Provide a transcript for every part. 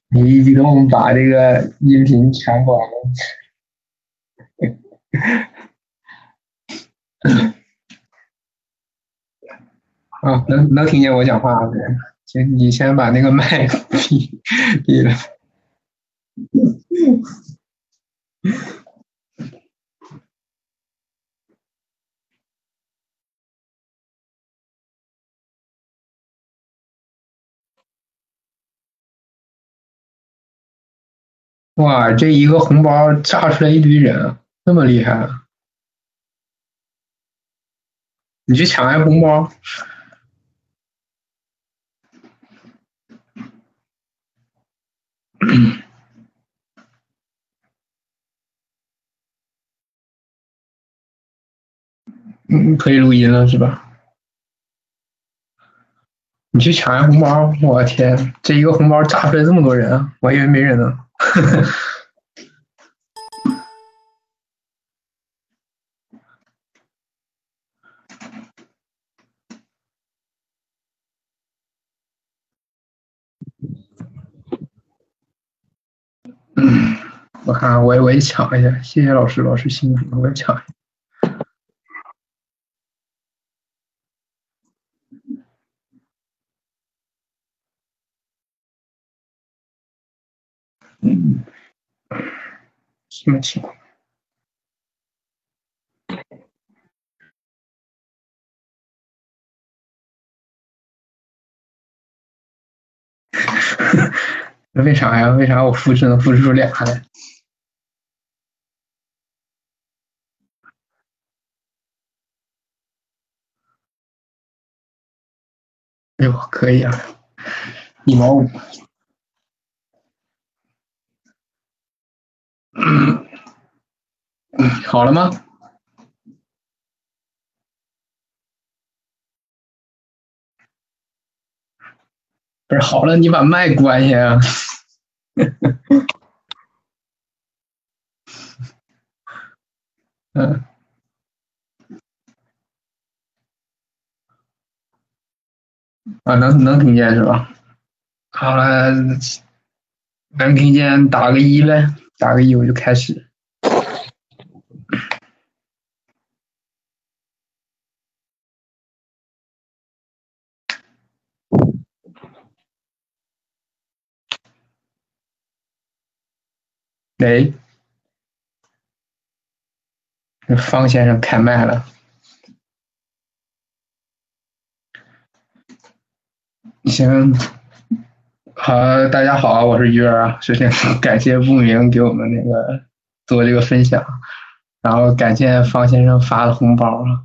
你一激动把这个音频全关了。啊，能听见我讲话对？行，你先把那个麦闭了。哇，这一个红包炸出来一堆人啊，这么厉害啊！你去抢人红包，可以录音了是吧？你去抢人红包，我天，这一个红包炸出来这么多人啊，我以为没人呢。我看我也抢一下，谢谢老师，老师辛苦了，我也抢一下。嗯，什么情况？为啥呀？为啥我复制能复制出俩来？哎呦，可以啊，1毛5。好了吗？不是好了，你把麦关下呀。嗯，啊，能听见是吧？好了，能听见打个一呗，打个一我就开始。喂，方先生开麦了。行，好，大家好，我是鱼儿啊。首先感谢不明给我们那个做这个分享，然后感谢方先生发的红包啊。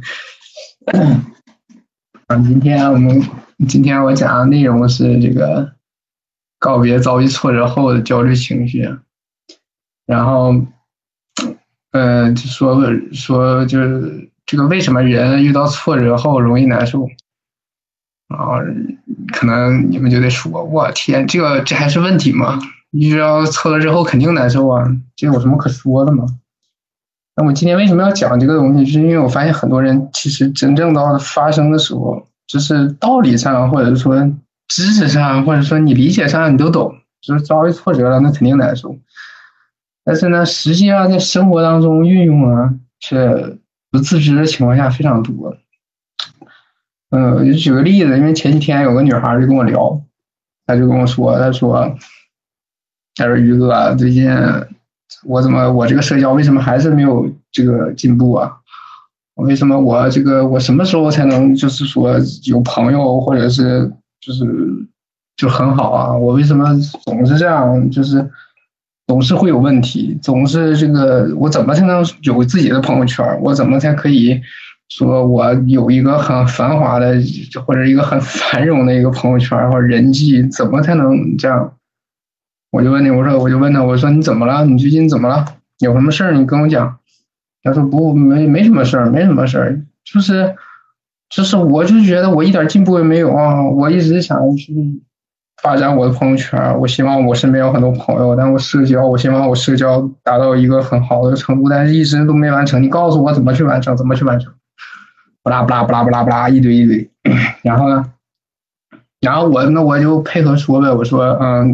今天我讲的内容是这个告别遭遇挫折后的焦虑情绪，然后就说就是这个为什么人遇到挫折后容易难受，然后可能你们就得说，我天，这还是问题吗？遇到挫折之后肯定难受啊，这有什么可说的吗？那我今天为什么要讲这个东西？就是因为我发现很多人其实真正到发生的时候，就是道理上，或者说知识上，或者说你理解上你都懂，就是遭遇挫折了，那肯定难受。但是呢，实际上在生活当中运用啊，是不自知的情况下非常多。我就举个例子，因为前几天有个女孩就跟我聊，她就跟我说，她说于哥，最近我这个社交为什么还是没有这个进步啊？为什么我什么时候才能就是说有朋友或者是就是就很好啊？我为什么总是这样？就是总是会有问题，总是这个我怎么才能有自己的朋友圈？我怎么才可以说我有一个很繁华的或者一个很繁荣的一个朋友圈或者人际？怎么才能这样？我就问他，我说你怎么了？你最近怎么了？有什么事儿你跟我讲。他说不，没什么事儿，没什么事儿，就是我就觉得我一点进步也没有啊，我一直想去发展我的朋友圈，我希望我身边有很多朋友，但我希望我社交达到一个很好的程度，但是一直都没完成。你告诉我怎么去完成？怎么去完成？不拉不拉不拉不拉不拉一堆，然后呢？然后我就配合说呗，我说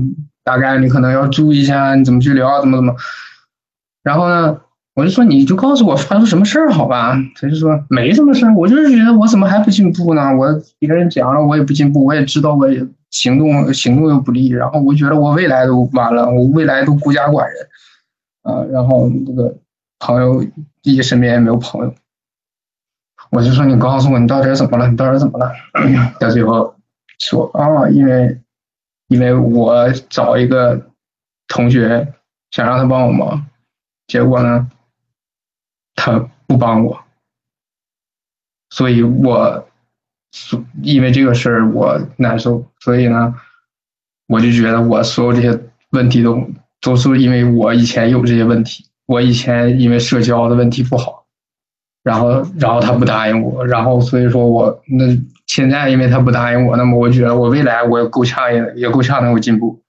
大概你可能要注意一下你怎么去聊，怎么。然后呢，我就说你就告诉我发生什么事儿好吧？他就说没什么事儿，我就是觉得我怎么还不进步呢？我别人讲了我也不进步，我也知道我也行动又不利，然后我觉得我未来都完了，我未来都孤家寡人啊。然后这个朋友也身边也没有朋友，我就说你告诉我你到底怎么了？你到底怎么了？到最后说啊，因为我找一个同学想让他帮我忙，结果呢他不帮我，所以因为这个事儿我难受，所以呢我就觉得我所有这些问题都是因为我以前有这些问题，我以前因为社交的问题不好。然后他不答应我，然后所以说那现在因为他不答应我，那么我觉得我未来我也够呛能有进步。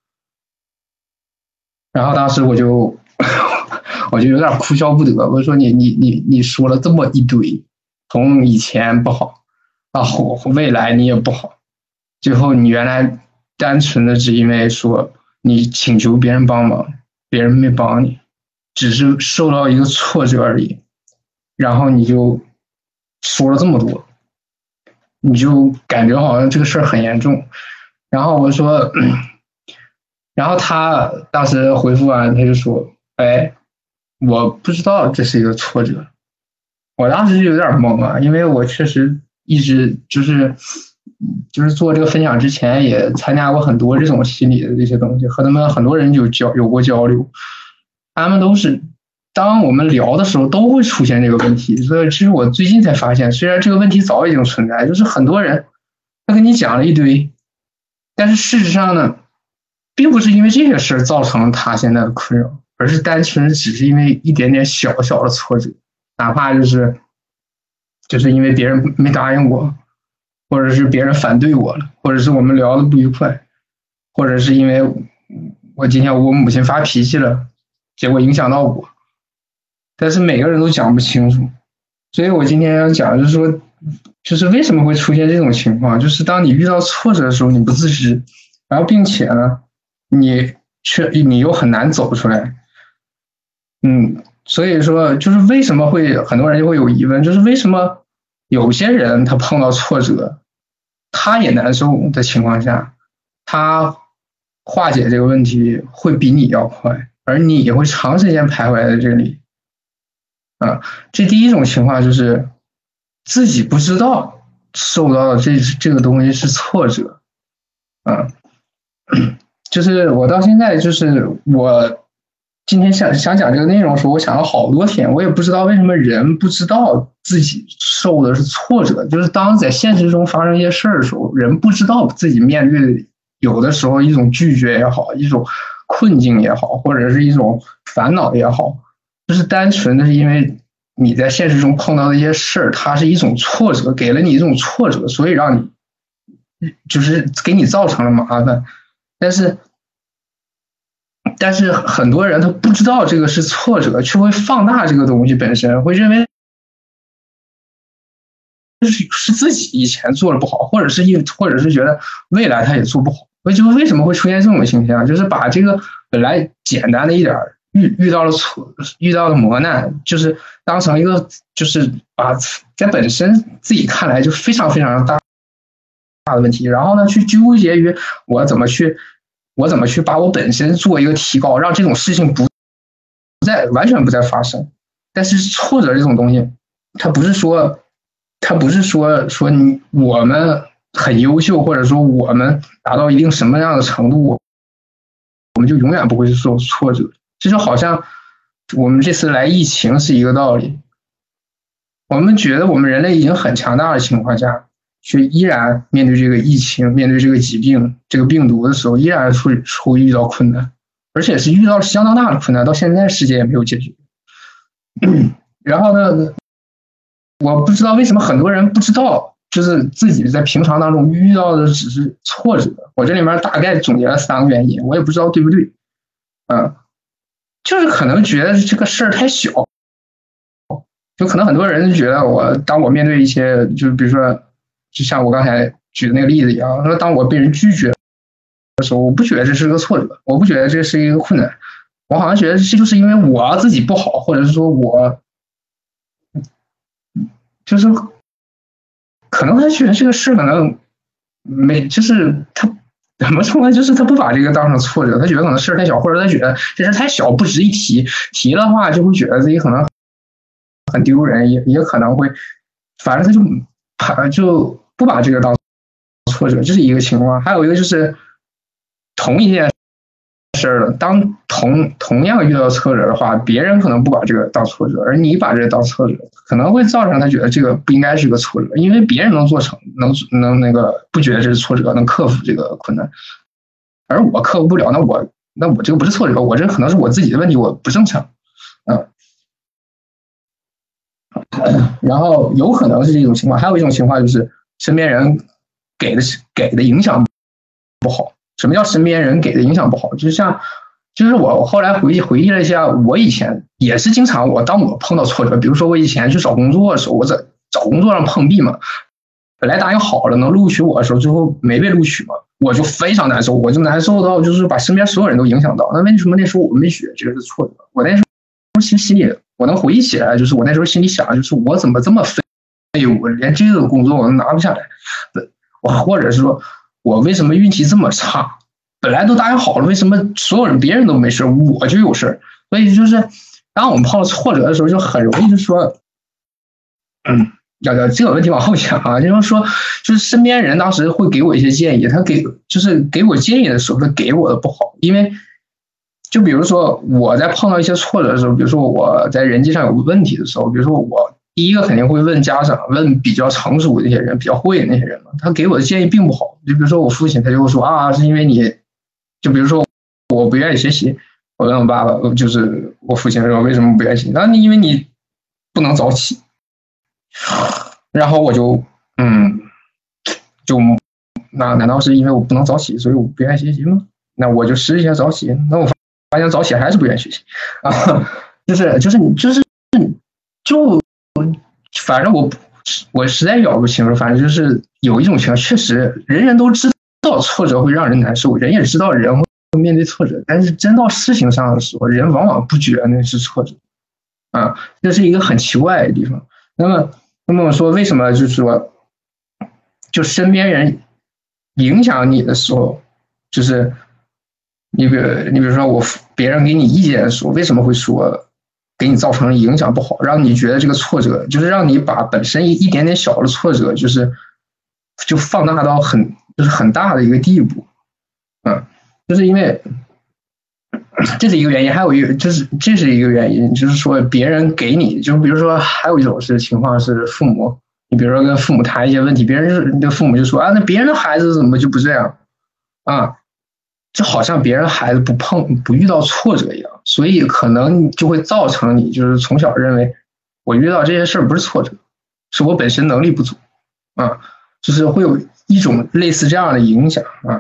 然后当时我就我就有点哭笑不得，我说你说了这么一堆，从以前不好到未来你也不好，最后你原来单纯的只因为说你请求别人帮忙，别人没帮你，只是受到一个挫折而已。然后你就说了这么多，你就感觉好像这个事儿很严重。然后我说，然后他当时回复完，他就说：“哎，我不知道这是一个挫折。”我当时就有点懵啊，因为我确实一直就是做这个分享之前也参加过很多这种心理的这些东西，和他们很多人有过交流，他们都是当我们聊的时候都会出现这个问题，所以其实我最近才发现，虽然这个问题早已经存在，就是很多人他跟你讲了一堆，但是事实上呢，并不是因为这些事儿造成他现在的困扰，而是单纯只是因为一点点小小的挫折，哪怕就是因为别人没答应我，或者是别人反对我了，或者是我们聊的不愉快，或者是因为我今天我母亲发脾气了，结果影响到我。但是每个人都讲不清楚，所以我今天要讲就是说，就是为什么会出现这种情况，就是当你遇到挫折的时候你不自知，然后并且呢，你又很难走出来，所以说就是为什么会很多人就会有疑问，就是为什么有些人他碰到挫折，他也难受的情况下，他化解这个问题会比你要快，而你也会长时间徘徊在这里。这第一种情况就是自己不知道受到的这个东西是挫折，就是我到现在就是我今天想讲这个内容的时候，我想了好多天，我也不知道为什么人不知道自己受的是挫折，就是当在现实中发生一些事儿的时候，人不知道自己面对的有的时候一种拒绝也好，一种困境也好，或者是一种烦恼也好。就是单纯的是因为你在现实中碰到的一些事儿，它是一种挫折，给了你一种挫折，所以让你就是给你造成了麻烦。但是很多人他不知道这个是挫折，却会放大这个东西本身，会认为是自己以前做的不好，或者是觉得未来他也做不好。为什么会出现这种现象？就是把这个本来简单的一点遇到了磨难，就是当成一个，就是把在本身自己看来就非常非常大的问题，然后呢去纠结于我怎么去把我本身做一个提高，让这种事情完全不再发生。但是挫折这种东西，它不是说我们很优秀，或者说我们达到一定什么样的程度，我们就永远不会受挫折。这就好像我们这次来疫情是一个道理，我们觉得我们人类已经很强大的情况下，却依然面对这个疫情，面对这个疾病、这个病毒的时候，依然会遇到困难，而且是遇到相当大的困难，到现在世界也没有解决。然后呢，我不知道为什么很多人不知道，就是自己在平常当中遇到的只是挫折。我这里面大概总结了3个原因，我也不知道对不对。就是可能觉得这个事儿太小，就可能很多人觉得当我面对一些，就是比如说，就像我刚才举的那个例子一样，说当我被人拒绝的时候，我不觉得这是个挫折，我不觉得这是一个困难，我好像觉得这就是因为我自己不好，或者是说我就是可能他觉得这个事可能就是他怎么说呢？就是他不把这个当成挫折，他觉得可能事儿太小，或者他觉得这事太小不值一提，提的话就会觉得自己可能很丢人，也可能会，反正他就不把这个当挫折，这是一个情况。还有一个就是同一件事儿了，当同样遇到挫折的话，别人可能不把这个当挫折，而你把这个当挫折，可能会造成他觉得这个不应该是个挫折，因为别人能做成，能那个不觉得这是挫折，能克服这个困难，而我克服不了，那我这个不是挫折，我这可能是我自己的问题，我不正常，然后有可能是这种情况，还有一种情况就是身边人给的影响不好。什么叫身边人给的影响不好？就是我后来回忆了一下，我以前也是经常当我碰到挫折，比如说我以前去找工作的时候，我在找工作上碰壁嘛，本来答应好了能录取我的时候，最后没被录取嘛，我就非常难受，我就难受到就是把身边所有人都影响到。那为什么那时候我没学这个是挫折？我那时候心里我能回忆起来，就是我那时候心里想，就是我怎么这么废物，连这个工作我都拿不下来，或者是说我为什么运气这么差？本来都答应好了，为什么所有人别人都没事，我就有事？所以就是当我们碰到挫折的时候，就很容易就说，这个问题往后讲啊，就是说，就是身边人当时会给我一些建议，他给我建议的时候，他给我的不好，因为就比如说我在碰到一些挫折的时候，比如说我在人际上有问题的时候，比如说我第一个肯定会问家长，问比较成熟的那些人，比较会的那些人嘛，他给我的建议并不好。就比如说我父亲，他就会说啊，是因为你，就比如说我不愿意学习，我问我爸爸，就是我父亲说为什么不愿意学习？那因为你不能早起。然后我就那难道是因为我不能早起，所以我不愿意学习吗？那我就试一下早起，那我发现早起还是不愿意学习啊，反正我实在搞不清楚，反正就是有一种情况，确实人人都知道挫折会让人难受，人也知道人会面对挫折，但是真到事情上的时候，人往往不觉得那是挫折啊，这是一个很奇怪的地方。那么我说为什么就是说，就身边人影响你的时候，就是你比如说别人给你意见的时候，为什么会说给你造成影响不好，让你觉得这个挫折就是让你把本身一点点小的挫折，就放大到很大的一个地步，就是因为这是一个原因，还有一个这是一个原因，就是说别人给你，就比如说还有一种情况是父母，你比如说跟父母谈一些问题，你的父母就说啊，那别人的孩子怎么就不这样啊？就好像别人孩子不遇到挫折一样，所以可能就会造成你就是从小认为我遇到这些事儿不是挫折，是我本身能力不足啊，就是会有一种类似这样的影响啊。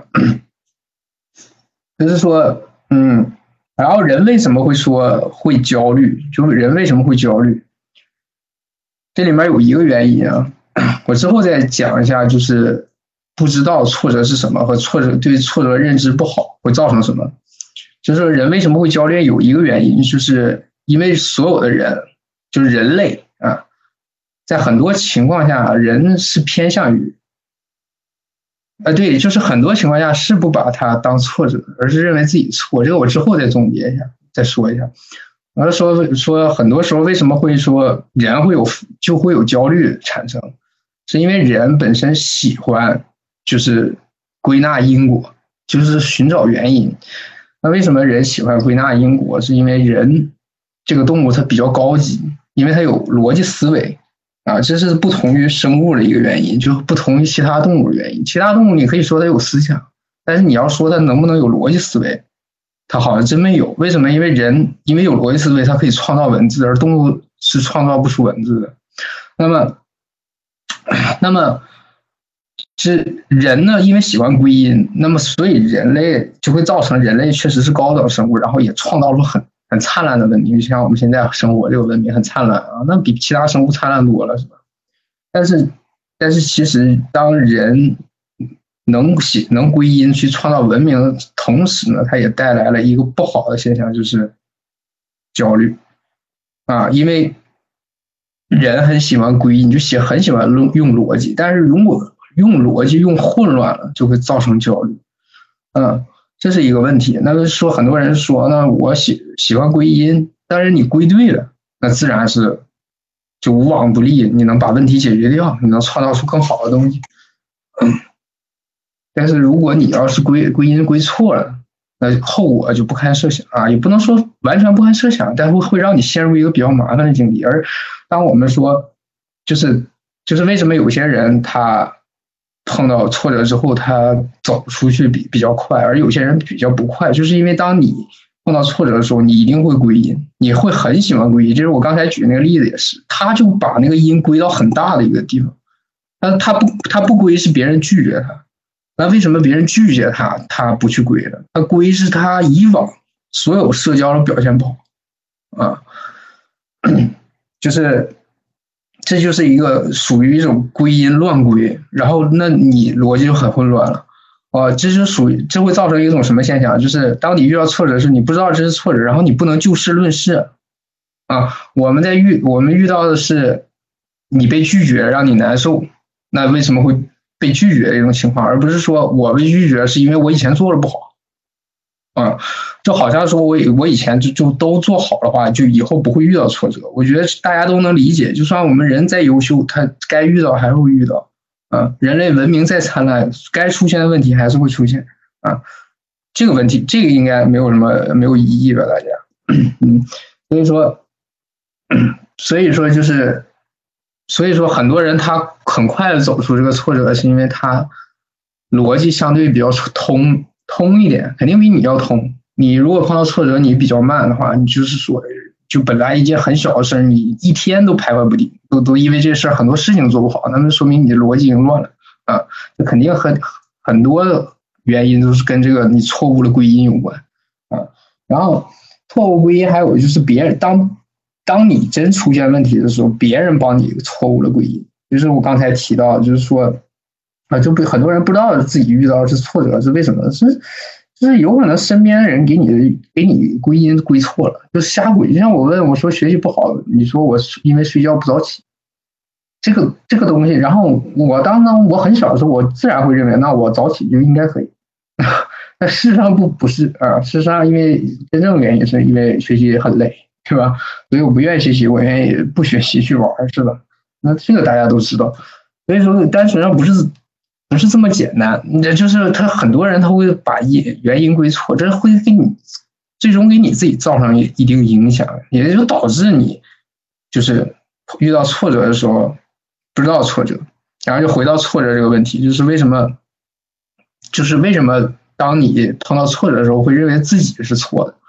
就是说，然后人为什么会说会焦虑？就是人为什么会焦虑？这里面有一个原因啊，我之后再讲一下，就是不知道挫折是什么和对挫折认知不好会造成什么。就是人为什么会焦虑？有一个原因，就是因为所有的人，就是人类啊，在很多情况下，人是偏向于。对，就是很多情况下是不把它当挫折，而是认为自己错。这个我之后再总结一下，再说一下。然后说很多时候为什么会说人就会有焦虑产生，是因为人本身喜欢就是归纳因果，就是寻找原因。那为什么人喜欢归纳因果？是因为人这个动物它比较高级，因为它有逻辑思维。这是不同于生物的一个原因，就不同于其他动物的原因。其他动物你可以说它有思想，但是你要说它能不能有逻辑思维，它好像真没有。为什么？因为人因为有逻辑思维，它可以创造文字，而动物是创造不出文字的。那么是人呢，因为喜欢归因，那么所以人类就会造成人类确实是高等生物，然后也创造出很灿烂的文明，就像我们现在生活这个文明很灿烂啊，那比其他生物灿烂多了，是吧？但是其实当人能归因去创造文明的同时呢，它也带来了一个不好的现象，就是焦虑啊，因为人很喜欢归因，很喜欢用逻辑，但是如果用逻辑用混乱了，就会造成焦虑。这是一个问题。那么说，很多人说，那我喜欢归因，但是你归对了，那自然是就无往不利，你能把问题解决掉，你能创造出更好的东西。但是如果你要是归因归错了，那后果就不堪设想啊，也不能说完全不堪设想，但会让你陷入一个比较麻烦的境地。而当我们说，就是为什么有些人他碰到挫折之后，他走出去比较快，而有些人比较不快，就是因为当你碰到挫折的时候，你一定会归因，你会很喜欢归因。就是我刚才举那个例子也是，他就把那个因归到很大的一个地方，他不归是别人拒绝他。那为什么别人拒绝他，他不去归了？他归是他以往所有社交的表现不好啊，这就是一个属于一种归因乱归，然后那你逻辑就很混乱了这会造成一种什么现象？就是当你遇到挫折时，你不知道这是挫折，然后你不能就事论事啊。我们遇到的是你被拒绝，让你难受，那为什么会被拒绝的一种情况，而不是说我被拒绝是因为我以前做的不好就好像说我以前就都做好的话，就以后不会遇到挫折。我觉得大家都能理解，就算我们人再优秀，他该遇到还会遇到人类文明再灿烂，该出现的问题还是会出现这个问题，这个应该没有疑义吧，大家所以说很多人他很快的走出这个挫折，是因为他逻辑相对比较通一点，肯定比你要通。你如果碰到挫折你比较慢的话，你就是说就本来一件很小的事你一天都徘徊不定，都因为这事很多事情做不好，那么说明你的逻辑已经乱了这肯定很多的原因都是跟这个你错误的归因有关然后错误归因还有就是别人当你真出现问题的时候，别人帮你错误的归因，就是我刚才提到，就是说就很多人不知道自己遇到的是挫折是为什么，就是有可能身边的人给你归因归错了，就瞎归。就像我说学习不好，你说我因为睡觉不早起，这个东西，然后当我很小的时候，我自然会认为那我早起就应该可以。那事实上不是事实上因为真正原因是因为学习很累，对吧？所以我不愿意学习，我愿意不学习去玩，是吧？那这个大家都知道，所以说单纯上不是这么简单，就是很多人他会把原因归错，这会最终给你自己造成一定影响，也就导致你就是遇到挫折的时候不知道挫折，然后就回到挫折这个问题，就是为什么当你碰到挫折的时候会认为自己是错的，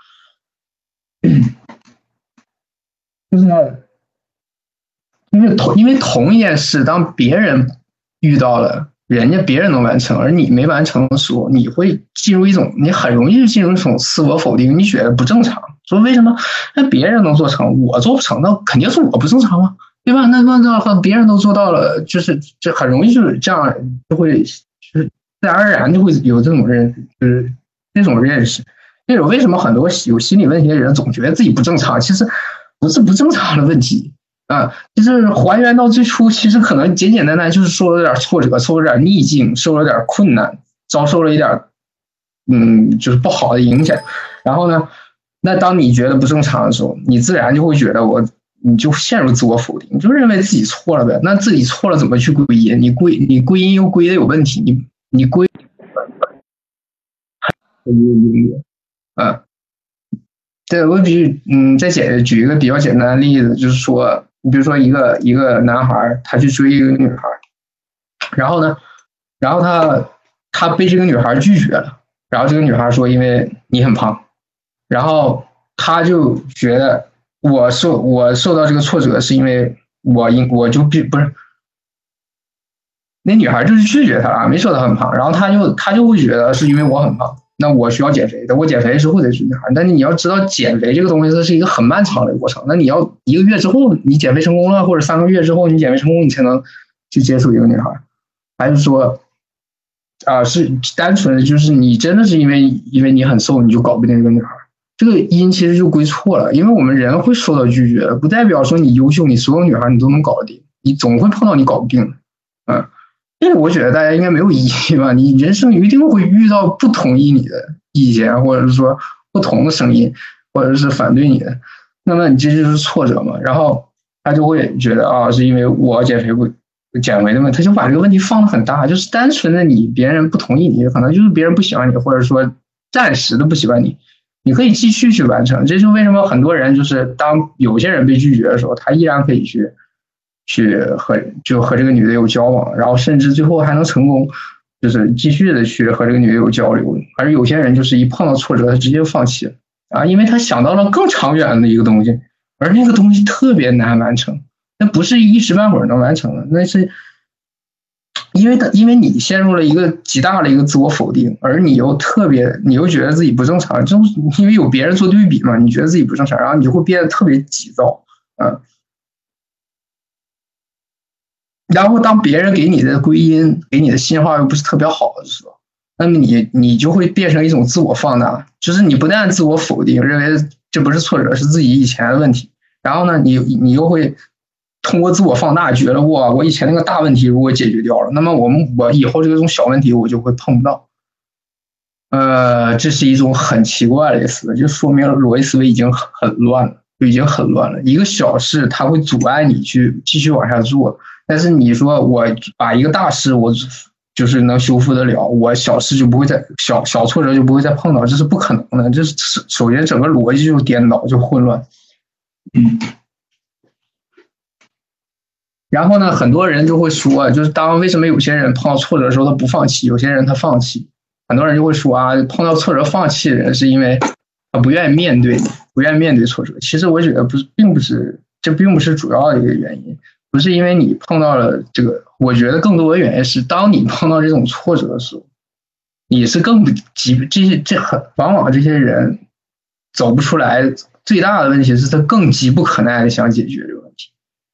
因为同一件事，当别人遇到了，别人能完成，而你没完成的时候，你会你很容易就进入一种自我否定，你觉得不正常，说为什么那别人能做成，我做不成，那肯定是我不正常啊，对吧？那别人都做到了，就是这很容易就是这样，就会就是自然而然就会有这种认识。那种为什么很多有心理问题的人总觉得自己不正常，其实不是不正常的问题就是还原到最初，其实可能简简单单就是受了点挫折，受了点逆境，受了点困难，遭受了一点就是不好的影响。然后呢，那当你觉得不正常的时候，你自然就会觉得你就陷入自我否定，你就认为自己错了呗。那自己错了怎么去归因？你归因又归的有问题，你归对，我再举一个比较简单的例子，就是说，你比如说一个男孩，他去追一个女孩，然后呢，他被这个女孩拒绝了，然后这个女孩说因为你很胖，然后他就觉得我受到这个挫折是因为我就不是。那女孩就是拒绝他了，没说他很胖，然后他就会觉得是因为我很胖，那我需要减肥，等我减肥之后再去女孩。但是你要知道，减肥这个东西它是一个很漫长的过程，那你要1个月之后你减肥成功了，或者3个月之后你减肥成功，你才能去接触一个女孩。还是说是单纯的就是你真的是因为你很瘦你就搞不定这个女孩，这个因其实就归错了，因为我们人会受到拒绝，不代表说你优秀，你所有女孩你都能搞定，你总会碰到你搞不定的，这个我觉得大家应该没有异议吧？你人生一定会遇到不同意你的意见，或者是说不同的声音，或者是反对你的，那么你这就是挫折嘛。然后他就会觉得是因为我减肥的问题，他就把这个问题放得很大，就是单纯的别人不同意你，可能就是别人不喜欢你，或者说暂时的不喜欢你，你可以继续去完成。这就为什么很多人就是当有些人被拒绝的时候，他依然可以去和这个女的有交往，然后甚至最后还能成功，就是继续的去和这个女的有交流。而有些人就是一碰到挫折，他直接放弃了因为他想到了更长远的一个东西，而那个东西特别难完成，那不是一时半会儿能完成的，那是因为你陷入了一个极大的一个自我否定，而你又觉得自己不正常，就因为有别人做对比嘛，你觉得自己不正常，然后你就会变得特别急躁然后当别人给你的归因给你的信号又不是特别好的时候，那么你就会变成一种自我放大，就是你不但自我否定，认为这不是挫折，是自己以前的问题，然后呢你又会通过自我放大觉得我以前那个大问题如果解决掉了，那么我以后这种小问题我就会碰不到。这是一种很奇怪的思维，就说明逻辑思维已经很乱了，一个小事它会阻碍你去继续往下做，但是你说我把一个大事我就是能修复得了，我小事就不会小挫折就不会再碰到，这是不可能的。这是首先整个逻辑就颠倒就混乱。然后呢，很多人就会说，就是为什么有些人碰到挫折的时候他不放弃，有些人他放弃。很多人就会说碰到挫折放弃的人是因为他不愿意面对挫折。其实我觉得这并不是主要的一个原因，不是因为你碰到了这个，我觉得更多的原因是，当你碰到这种挫折的时候，你是更急，往往这些人走不出来，最大的问题是他更急不可耐的想解决这个问题。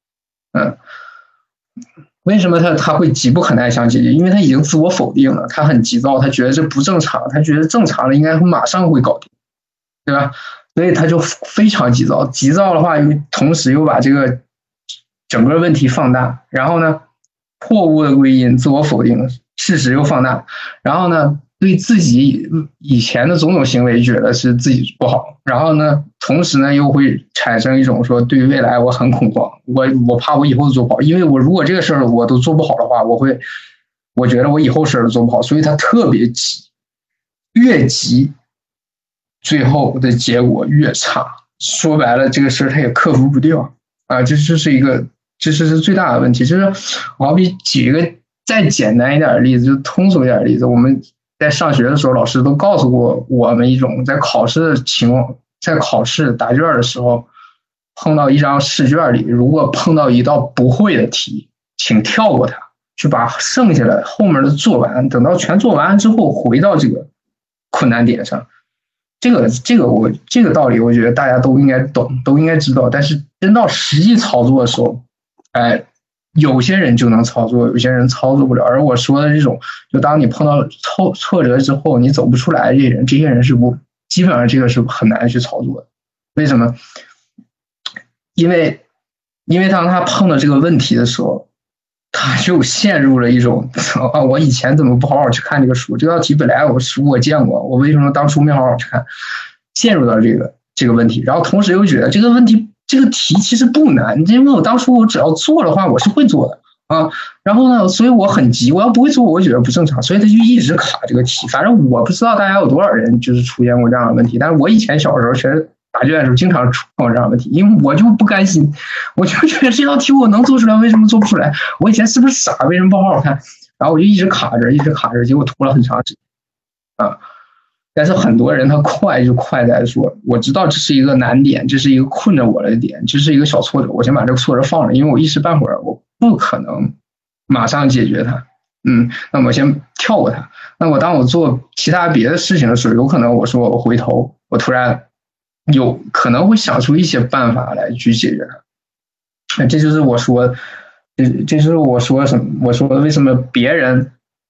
为什么他会急不可耐想解决？因为他已经自我否定了，他很急躁，他觉得这不正常，他觉得正常的应该马上会搞定，对吧？所以他就非常急躁，急躁的话，同时又把这个整个问题放大，然后呢，错误的归因、自我否定、事实又放大，然后呢，对自己以前的种种行为觉得是自己不好，然后呢，同时呢又会产生一种说对于未来我很恐慌，我怕我以后做不好，因为我如果这个事儿我都做不好的话，我觉得我以后事儿都做不好，所以他特别急，越急，最后的结果越差。说白了，这个事儿他也克服不掉这是最大的问题。就是好比举一个再简单一点的例子，就通俗一点的例子，我们在上学的时候，老师都告诉过我们一种在考试的情况，在考试答卷的时候，碰到一张试卷里，如果碰到一道不会的题，请跳过它，去把剩下的后面的做完，等到全做完之后，回到这个困难点上。这个道理，我觉得大家都应该懂，都应该知道。但是真到实际操作的时候，有些人就能操作，有些人操作不了。而我说的这种，就当你碰到挫折之后，你走不出来，这些人是基本上这个是很难去操作的。为什么？因为当他碰到这个问题的时候，他就陷入了一种我以前怎么不好好去看这个书？这道题本来我见过，我为什么当初没好好去看？陷入到这个问题，然后同时又觉得这个题其实不难，因为我当初我只要做的话，我是会做的然后呢，所以我很急，我要不会做，我觉得不正常，所以他就一直卡这个题。反正我不知道大家有多少人就是出现过这样的问题，但是我以前小时候确实答卷的时候经常出现这样的问题，因为我就不甘心，我就觉得这道题我能做出来，为什么做不出来？我以前是不是傻？为什么不好好看？然后我就一直卡着，结果拖了很长时间但是很多人他快在说，我知道这是一个难点，这是一个困着我的点，这是一个小挫折，我先把这个挫折放了，因为我一时半会儿我不可能马上解决它。那么我先跳过它。那我当我做其他别的事情的时候，有可能我说我回头，我突然有可能会想出一些办法来去解决它。这就是我说什么？我说为什么别人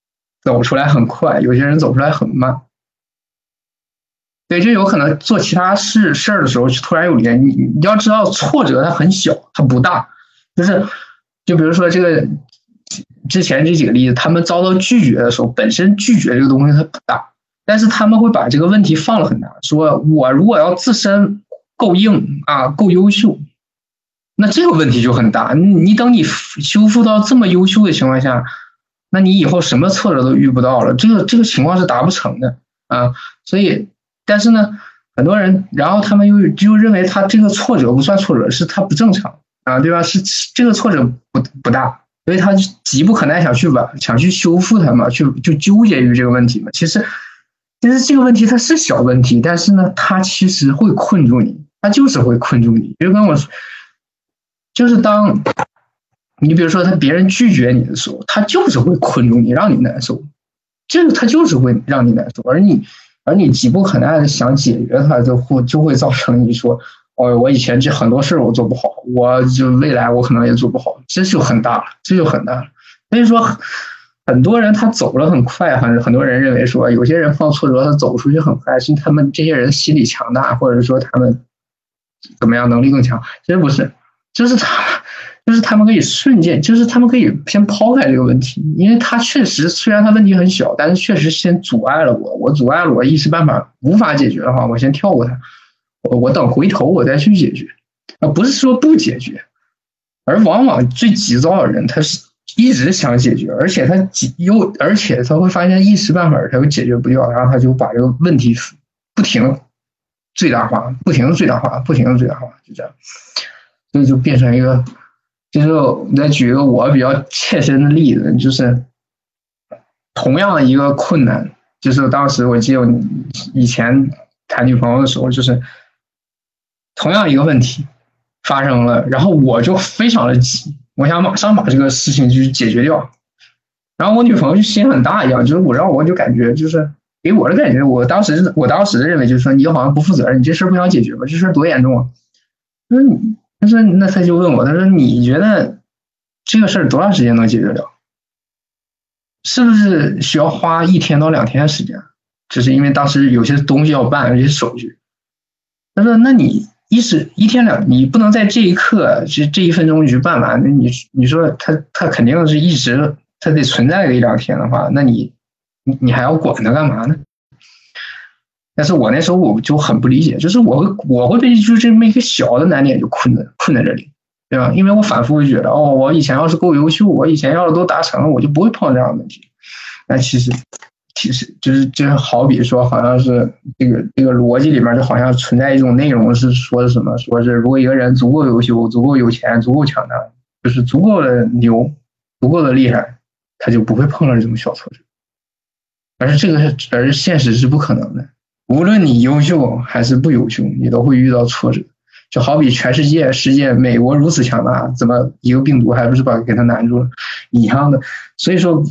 走出来很快，有些人走出来很慢。对，就有可能做其他事儿的时候突然有连，你要知道挫折它很小，它不大，就比如说这个之前这几个例子，他们遭到拒绝的时候，本身拒绝这个东西它不大，但是他们会把这个问题放了很大，说我如果要自身够硬啊，够优秀，那这个问题就很大。你等你修复到这么优秀的情况下，那你以后什么挫折都遇不到了，这个情况是达不成的啊。所以，但是呢，很多人，然后他们就认为他这个挫折不算挫折，是他不正常啊，对吧？是这个挫折不大，所以他急不可耐想去修复它嘛，就纠结于这个问题嘛。其实这个问题它是小问题，但是呢，它其实会困住你，它就是会困住你。就跟我说，就是当你比如说别人拒绝你的时候，他就是会困住你，让你难受。这个他就是会让你难受，而你急不可耐的想解决它，就会造成你说，哦，我以前这很多事我做不好，我就未来我可能也做不好，这就很大了。所以说，很多人他走了很快，很多人认为说，有些人碰到挫折他走出去很快，是他们这些人心理强大，或者说他们怎么样能力更强。其实不是，就是他们可以瞬间，就是他们可以先抛开这个问题，因为他确实虽然他问题很小，但是确实先阻碍了我阻碍了我一时半会无法解决的话，我先跳过它，我等回头我再去解决，不是说不解决，而往往最急躁的人他是一直想解决，而且他会发现一时半会他又解决不掉，然后他就把这个问题不停最大化，就这样，所以就变成一个。就是我再举一个我比较切身的例子，就是同样一个困难，就是当时我记得我以前谈女朋友的时候，就是同样一个问题发生了，然后我就非常的急，我想马上把这个事情就解决掉，然后我女朋友就心很大一样，就是我就感觉就是给我的感觉，我当时认为就是说你好像不负责任，你这事不想解决吧？这事多严重啊！就是你。那他就问我，他说你觉得这个事儿多长时间能解决了？是不是需要花1天到2天的时间？只是因为当时有些东西要办，有些手续。他说那你一天两，你不能在这一刻这1分钟你去办完，那你说他肯定是一直他得存在个1、2天的话，那你还要管他干嘛呢？但是我那时候我就很不理解，就是我会被就这么一个小的难点就困在这里，对吧？因为我反复会觉得，哦，我以前要是够优秀，我以前要是都达成，我就不会碰到这样的问题。那其实就是好比说，好像是这个逻辑里面就好像存在一种内容是说什么，说是如果一个人足够优秀、足够有钱、足够强大，就是足够的牛、足够的厉害，他就不会碰到这种小挫折。而现实是不可能的。无论你优秀还是不优秀，你都会遇到挫折。就好比全世界美国如此强大，怎么一个病毒还不是给它难住了一样的？所以说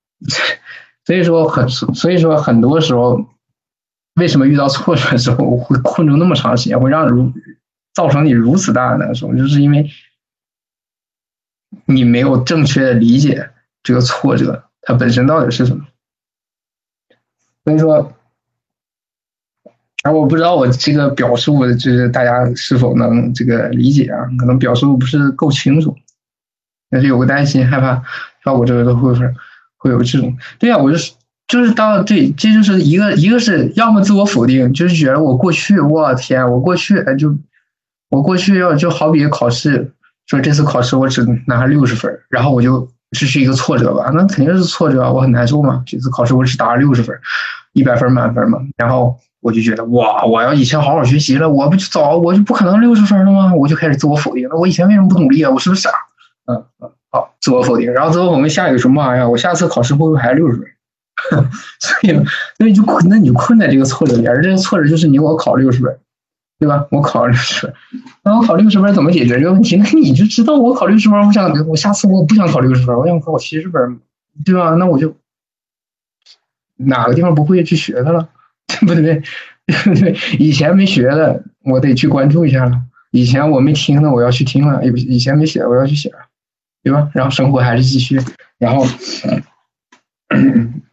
很多时候，为什么遇到挫折的时候会困住那么长时间，会造成你如此大的难受，就是因为你没有正确的理解这个挫折它本身到底是什么。所以说。而我不知道我这个表述就是大家是否能这个理解啊？可能表述不是够清楚，但是有个担心害怕我这个都会有这种。对啊，我就是当这就是一个是要么自我否定，就是觉得我过去我天，我过去就好比考试，说这次考试我只拿60分，然后我就这是一个挫折吧？那肯定是挫折，我很难受嘛。这次考试我只达了60分，100分满分嘛，然后。我就觉得哇，我要以前好好学习了，我就不可能60分了吗？我就开始自我否定了。我以前为什么不努力啊？我是不是傻？好，自我否定。然后自我否定下一个说妈呀，我下次考试会不会还60分？所以你就困在这个挫折里，而这个挫折就是我考60分，对吧？我考60分，那我考60分怎么解决这个问题？那你就知道我考60分，我下次我不想考60分，我想考70分，对吧？那我就哪个地方不会去学它了。对不对？以前没学的，我得去关注一下了；以前我没听的，我要去听了；以前没写，我要去写了，对吧？然后生活还是继续。然后，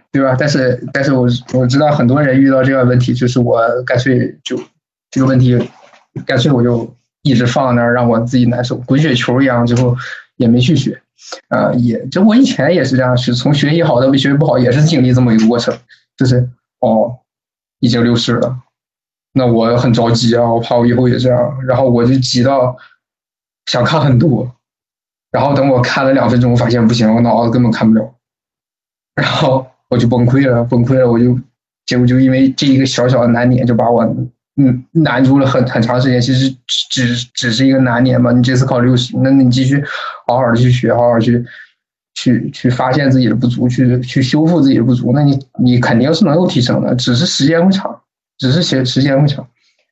对吧？但是我知道很多人遇到这个问题，就是我干脆就这个问题，干脆我就一直放那儿，让我自己难受，滚雪球一样，最后也没去学。也就我以前也是这样，是从学习好到学习不好，也是经历这么一个过程，就是已经60了，那我很着急啊，我怕我以后也这样，然后我就急到想看很多，然后等我看了2分钟，我发现不行，我脑子根本看不了，然后我就崩溃了，结果就因为这一个小小的难点，就把我难住了很长时间。其实只是一个难点嘛，你这次考60，那你继续好好的去学，好好去发现自己的不足，去修复自己的不足，那你肯定是能有提升的，只是时间会长，时间会长。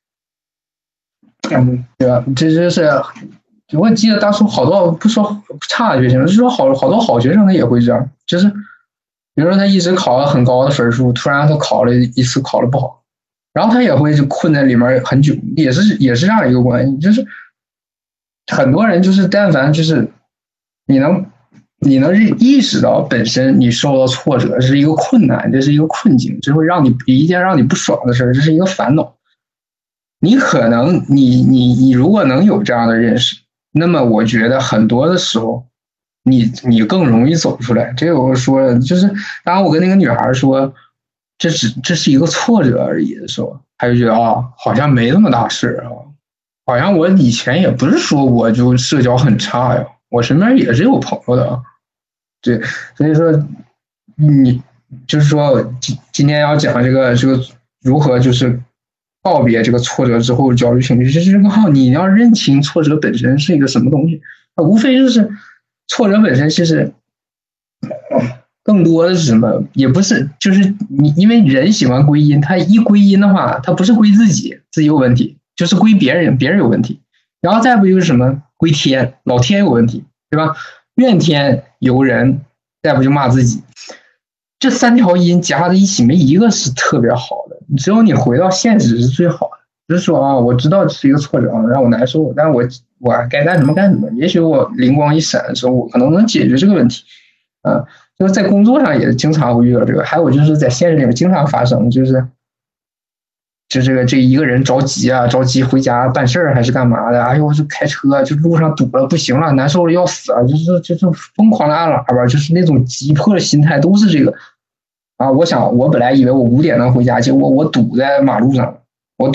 对吧？这就是我记得当初好多不说差的学生，就是说好多好学生他也会这样，就是比如说他一直考了很高的分数，突然他考了一次考的不好，然后他也会就困在里面很久，也是这样一个关系，就是很多人就是但凡就是你能意识到本身你受到挫折是一个困难，这是一个困境，这会让你一件让你不爽的事，这是一个烦恼。你可能你如果能有这样的认识，那么我觉得很多的时候，你更容易走出来。这个我说了，就是当我跟那个女孩说，这是一个挫折而已的时候，她就觉得好像没那么大事啊，好像我以前也不是说我就社交很差呀，我身边也是有朋友的，对，所以说你就是说今天要讲这个如何就是告别这个挫折之后的焦虑情绪，就是这个你要认清挫折本身是一个什么东西，无非就是挫折本身其实更多的是什么，也不是就是你因为人喜欢归因，他一归因的话，他不是归自己有问题，就是归别人有问题，然后再不就是什么归天，老天有问题，对吧？怨天尤人，再不就骂自己。这3条因加在一起，没一个是特别好的。只有你回到现实是最好的。就是说我知道这是一个挫折让我难受，但我该干什么干什么。也许我灵光一闪的时候，我可能能解决这个问题。就是在工作上也经常会遇到这个，还有就是在现实里面经常发生，就是这一个人着急回家办事还是干嘛的，哎呦，就开车就路上堵了不行了，难受了要死啊，就是疯狂的按喇叭，就是那种急迫的心态，都是这个我本来以为我5点能回家，结果我堵在马路上，我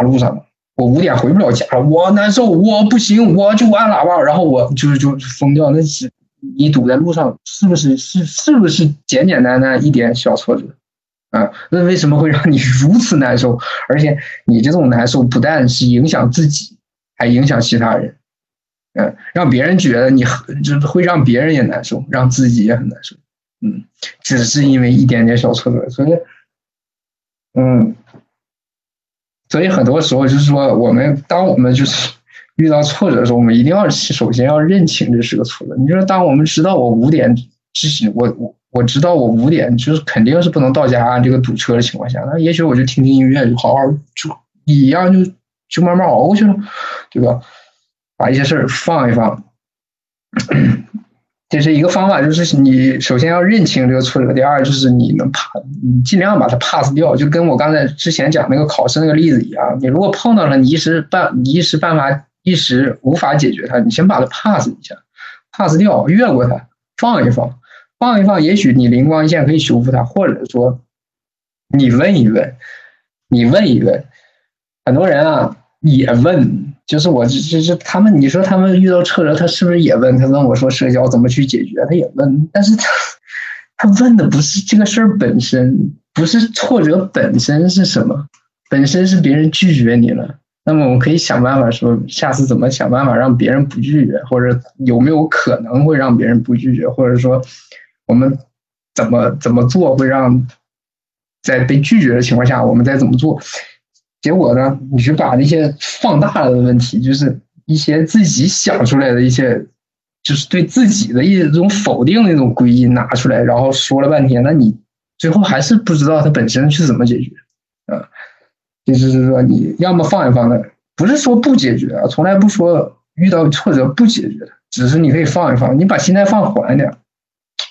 5点回不了家了，我难受，我不行，我就按喇叭，然后我就疯掉。那是你堵在路上，是不是简简单单一点小挫折？那为什么会让你如此难受？而且你这种难受不但是影响自己，还影响其他人。让别人觉得你就是会让别人也难受，让自己也很难受。只是因为一点点小挫折，所以很多时候就是说，当我们就是遇到挫折的时候，我们一定要首先要认清这是个挫折。你说，当我们知道我5点之前，我知道我5点就是肯定是不能到家这个堵车的情况下，那也许我就听听音乐，就好好就一样就慢慢熬过去了，对吧？把一些事儿放一放，这是一个方法，就是你首先要认清这个挫折，第二就是你尽量把它 pass 掉，就跟我刚才之前讲那个考试那个例子一样，你如果碰到了你一时无法解决它，你先把它 pass 一下 ，pass 掉，越过它，放一放，也许你灵光一现可以修复它，或者说你问一问，很多人也问。就是他们，你说他们遇到挫折，他是不是也问？他问我说社交怎么去解决？他也问，但是他问的不是这个事儿本身，不是挫折本身是什么，本身是别人拒绝你了。那么我们可以想办法说，下次怎么想办法让别人不拒绝，或者有没有可能会让别人不拒绝，或者说我们怎么做会让在被拒绝的情况下，我们再怎么做？结果呢，你去把那些放大了的问题，就是一些自己想出来的一些，就是对自己的一种否定的一种归因拿出来，然后说了半天，那你最后还是不知道它本身是怎么解决就是说你要么放一放的，不是说不解决从来不说遇到挫折不解决的，只是你可以放一放，你把心态放缓一点，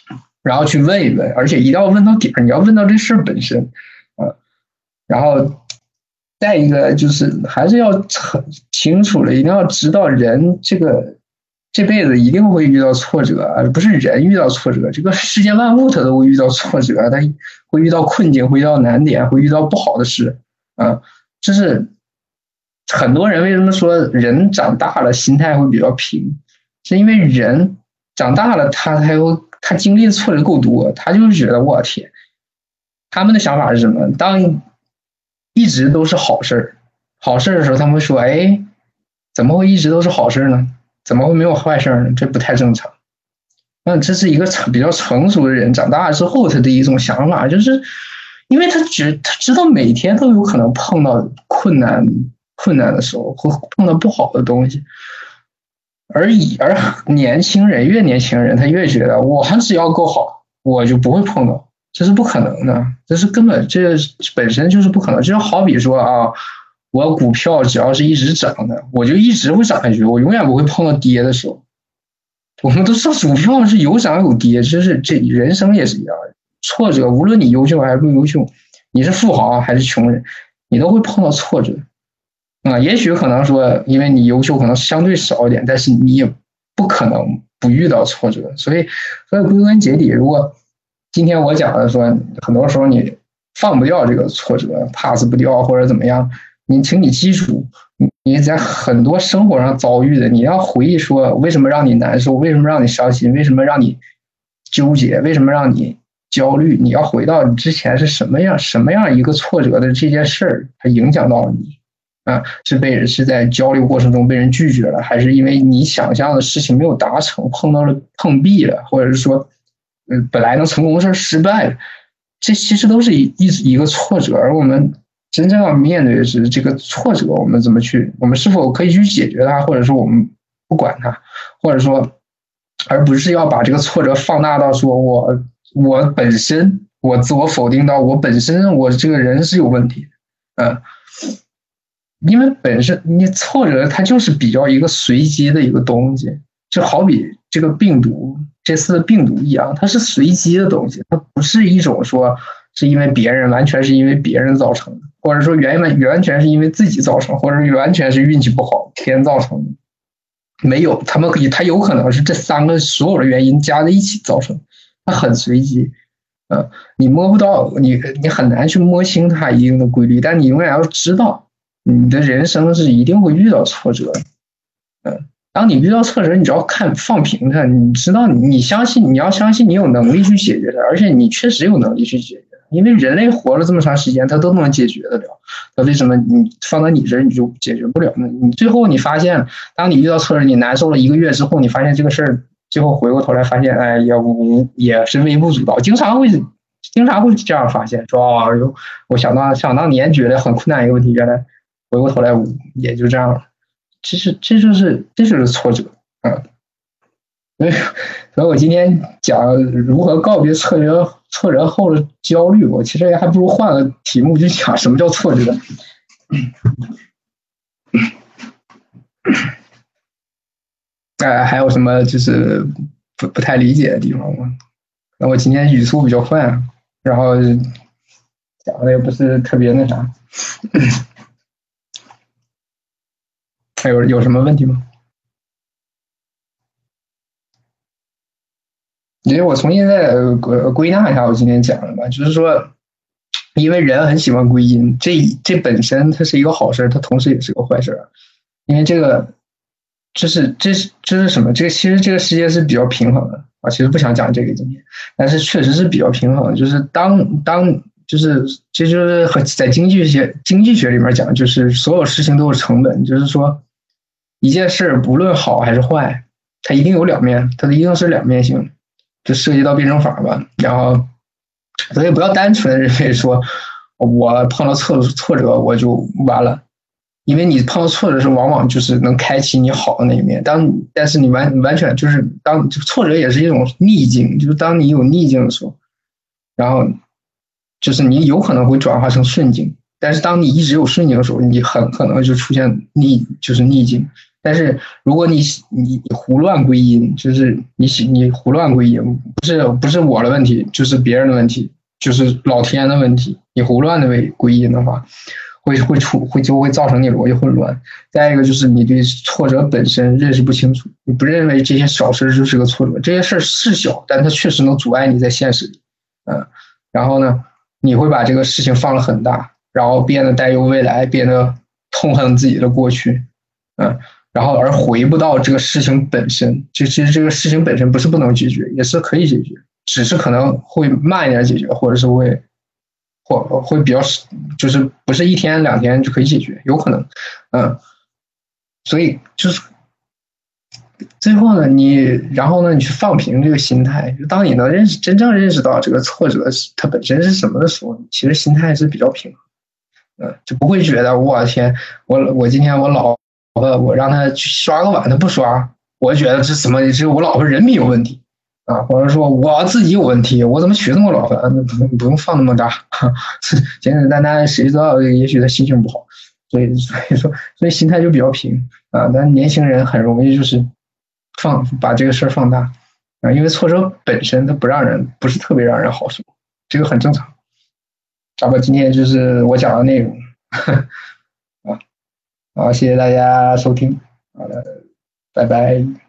然后去问一问，而且一定要问到底儿，你要问到这事儿本身，然后再一个就是还是要很清楚了，一定要知道人这辈子一定会遇到挫折，而不是人遇到挫折，这个世间万物它都会遇到挫折，它会遇到困境，会遇到难点，会遇到不好的事，这是很多人为什么说人长大了心态会比较平，是因为人长大了他经历的挫折够多，他就是觉得我天，他们的想法是什么？当一直都是好事好事的时候，他们会说：“哎，怎么会一直都是好事呢？怎么会没有坏事呢？这不太正常。”那这是一个比较成熟的人长大之后他的一种想法，就是因为他知道每天都有可能碰到困难的时候，会碰到不好的东西。而年轻人越年轻人，他越觉得我只要够好，我就不会碰到。这是不可能的，这本身就是不可能。就好比说啊，我股票只要是一直涨的，我就一直会涨下去，我永远不会碰到跌的时候。我们都知道股票是有涨有跌，就是这人生也是一样，挫折无论你优秀还是不优秀，你是富豪还是穷人，你都会碰到挫折。也许可能说，因为你优秀可能相对少一点，但是你也不可能不遇到挫折。所以归根结底，如果今天我讲的说，很多时候你放不掉这个挫折 ，pass 不掉或者怎么样，请你记住，你在很多生活上遭遇的，你要回忆说为什么让你难受，为什么让你伤心，为什么让你纠结，为什么让你焦虑，你要回到你之前是什么样一个挫折的这件事儿，它影响到了你。是在交流过程中被人拒绝了，还是因为你想象的事情没有达成，碰壁了，或者是说，本来能成功的事失败了，这其实都是一个挫折。而我们真正要面对的是这个挫折，我们是否可以去解决它，或者说我们不管它，或者说，而不是要把这个挫折放大到说我本身我自我否定到我本身我这个人是有问题的，因为本身你挫折它就是比较一个随机的一个东西，就好比这个这次的病毒一样，它是随机的东西，它不是一种说是因为完全是因为别人造成的，或者说完全是因为自己造成，或者完全是运气不好天造成的，没有，它有可能是这三个所有的原因加在一起造成，它很随机。你摸不到，你很难去摸清它一定的规律，但你永远要知道，你的人生是一定会遇到挫折的。当你遇到挫折，你只要放平它，你知道你要相信你有能力去解决它，而且你确实有能力去解决它，因为人类活了这么长时间，他都能解决得了。那为什么你放到你这儿你就解决不了呢？你最后你发现，当你遇到挫折，你难受了1个月之后，你发现这个事儿，最后回过头来发现，哎，也是微不足道，经常会这样发现，说我想当年觉得很困难一个问题，原来回过头来也就这样了。其实这就是挫折啊。所以我今天讲如何告别挫折后的焦虑，我其实还不如换个题目，就讲什么叫挫折。还有什么就是不太理解的地方吗？那我今天语速比较快，然后讲的也不是特别那啥。还有什么问题吗？因为我重新再归纳一下我今天讲的吧，就是说，因为人很喜欢归因，这本身它是一个好事，它同时也是个坏事。因为这是什么？其实这个世界是比较平衡的啊。其实不想讲这个今天，但是确实是比较平衡的。就是这就是和在经济学里面讲，就是所有事情都有成本，就是说一件事不论好还是坏，它一定有两面，它一定是两面性。就涉及到辩证法吧，然后所以不要单纯的认为说我碰到挫折我就完了，因为你碰到挫折时往往就是能开启你好的那一面，但是你完全就是当挫折也是一种逆境，就是当你有逆境的时候，然后就是你有可能会转化成顺境，但是当你一直有顺境的时候，你很可能就出现逆境。 但是如果你胡乱归因，就是你胡乱归因，不是我的问题，就是别人的问题，就是老天的问题。你胡乱的归因的话，就会造成你逻辑混乱。再一个就是你对挫折本身认识不清楚，你不认为这些小事就是个挫折，这些事是小，但它确实能阻碍你在现实里，然后呢，你会把这个事情放得很大，然后变得担忧未来，变得痛恨自己的过去，然后而回不到这个事情本身。其实这个事情本身不是不能解决，也是可以解决，只是可能会慢一点解决，或者是会比较，就是不是一天两天就可以解决，有可能，所以就是最后呢，然后呢，你去放平这个心态，就当你能真正认识到这个挫折它本身是什么的时候，其实心态是比较平衡，就不会觉得我天，我今天我老婆我让她去刷个碗，她不刷，我觉得这什么是我老婆人品有问题或者说我自己有问题，我怎么娶这么老婆？那不用放那么大，简简单单，谁知道也许他心情不好，所以心态就比较平但年轻人很容易就是把这个事儿放大因为挫折本身它不是特别让人好受，这个很正常。好吧，今天就是我讲的内容好，谢谢大家收听，好的，拜拜。